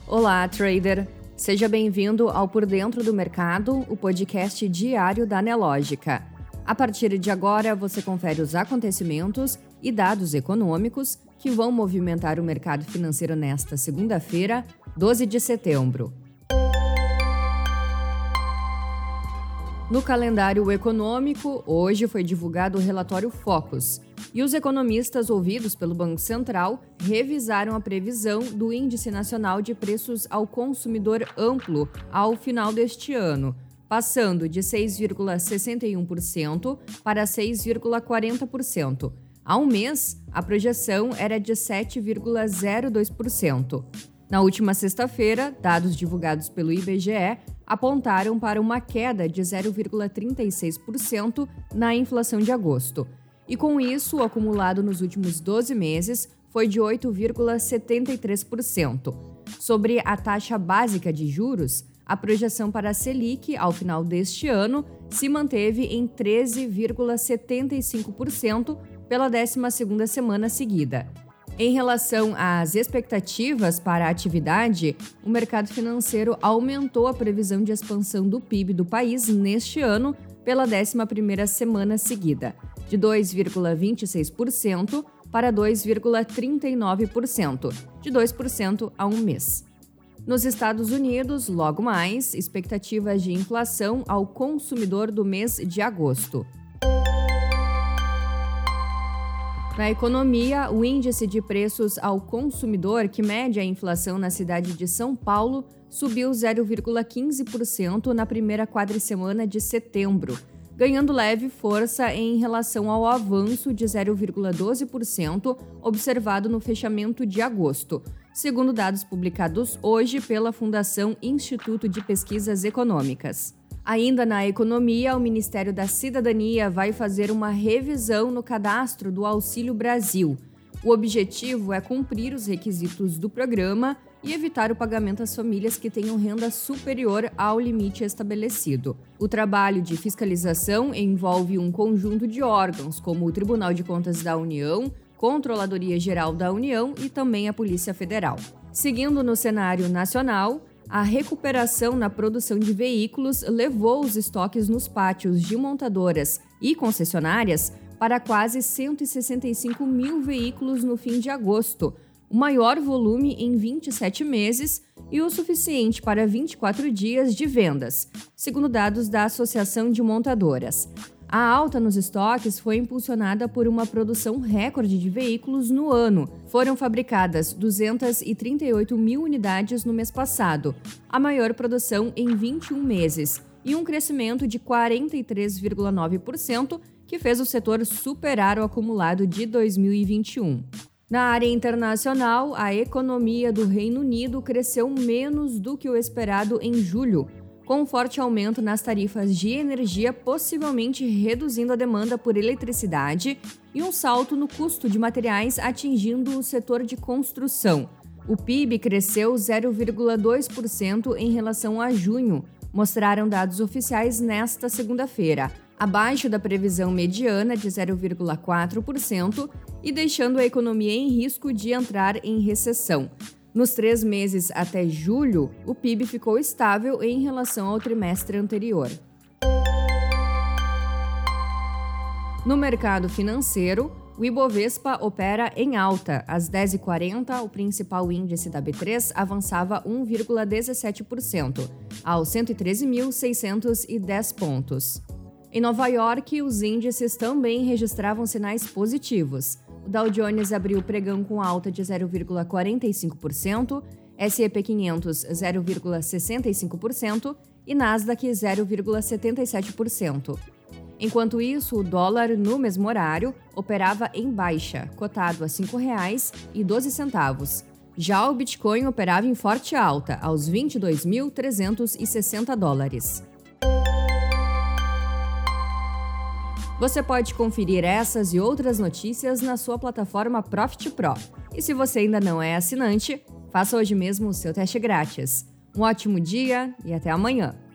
Olá, trader! Seja bem-vindo ao Por Dentro do Mercado, o podcast diário da Nelogica. A partir de agora, você confere os acontecimentos e dados econômicos que vão movimentar o mercado financeiro nesta segunda-feira, 12 de setembro. No calendário econômico, hoje foi divulgado o relatório Focus, e os economistas ouvidos pelo Banco Central revisaram a previsão do Índice Nacional de Preços ao Consumidor Amplo ao final deste ano, passando de 6,61% para 6,40%. Há um mês, a projeção era de 7,02%. Na última sexta-feira, dados divulgados pelo IBGE apontaram para uma queda de 0,36% na inflação de agosto. E com isso, o acumulado nos últimos 12 meses foi de 8,73%. Sobre a taxa básica de juros, a projeção para a Selic ao final deste ano se manteve em 13,75% pela 12ª semana seguida. Em relação às expectativas para a atividade, o mercado financeiro aumentou a previsão de expansão do PIB do país neste ano pela 11ª semana seguida, de 2,26% para 2,39%, de 2% a um mês. Nos Estados Unidos, logo mais, expectativas de inflação ao consumidor do mês de agosto. Na economia, o índice de preços ao consumidor, que mede a inflação na cidade de São Paulo, subiu 0,15% na primeira quadricemana de setembro, ganhando leve força em relação ao avanço de 0,12% observado no fechamento de agosto, segundo dados publicados hoje pela Fundação Instituto de Pesquisas Econômicas. Ainda na economia, o Ministério da Cidadania vai fazer uma revisão no cadastro do Auxílio Brasil. O objetivo é cumprir os requisitos do programa e evitar o pagamento às famílias que tenham renda superior ao limite estabelecido. O trabalho de fiscalização envolve um conjunto de órgãos, como o Tribunal de Contas da União, Controladoria Geral da União e também a Polícia Federal. Seguindo no cenário nacional, a recuperação na produção de veículos levou os estoques nos pátios de montadoras e concessionárias para quase 165 mil veículos no fim de agosto, o maior volume em 27 meses e o suficiente para 24 dias de vendas, segundo dados da Associação de Montadoras. A alta nos estoques foi impulsionada por uma produção recorde de veículos no ano. Foram fabricadas 238 mil unidades no mês passado, a maior produção em 21 meses, e um crescimento de 43,9%, que fez o setor superar o acumulado de 2021. Na área internacional, a economia do Reino Unido cresceu menos do que o esperado em julho, com um forte aumento nas tarifas de energia, possivelmente reduzindo a demanda por eletricidade, e um salto no custo de materiais atingindo o setor de construção. O PIB cresceu 0,2% em relação a junho, mostraram dados oficiais nesta segunda-feira, abaixo da previsão mediana de 0,4% e deixando a economia em risco de entrar em recessão. Nos 3 meses até julho, o PIB ficou estável em relação ao trimestre anterior. No mercado financeiro, o Ibovespa opera em alta. Às 10h40, o principal índice da B3 avançava 1,17%, aos 113.610 pontos. Em Nova York, os índices também registravam sinais positivos. O Dow Jones abriu o pregão com alta de 0,45%, S&P 500 0,65% e Nasdaq 0,77%. Enquanto isso, o dólar, no mesmo horário, operava em baixa, cotado a R$ 5,12. Já o Bitcoin operava em forte alta, aos $22.360. Você pode conferir essas e outras notícias na sua plataforma Profit Pro. E se você ainda não é assinante, faça hoje mesmo o seu teste grátis. Um ótimo dia e até amanhã!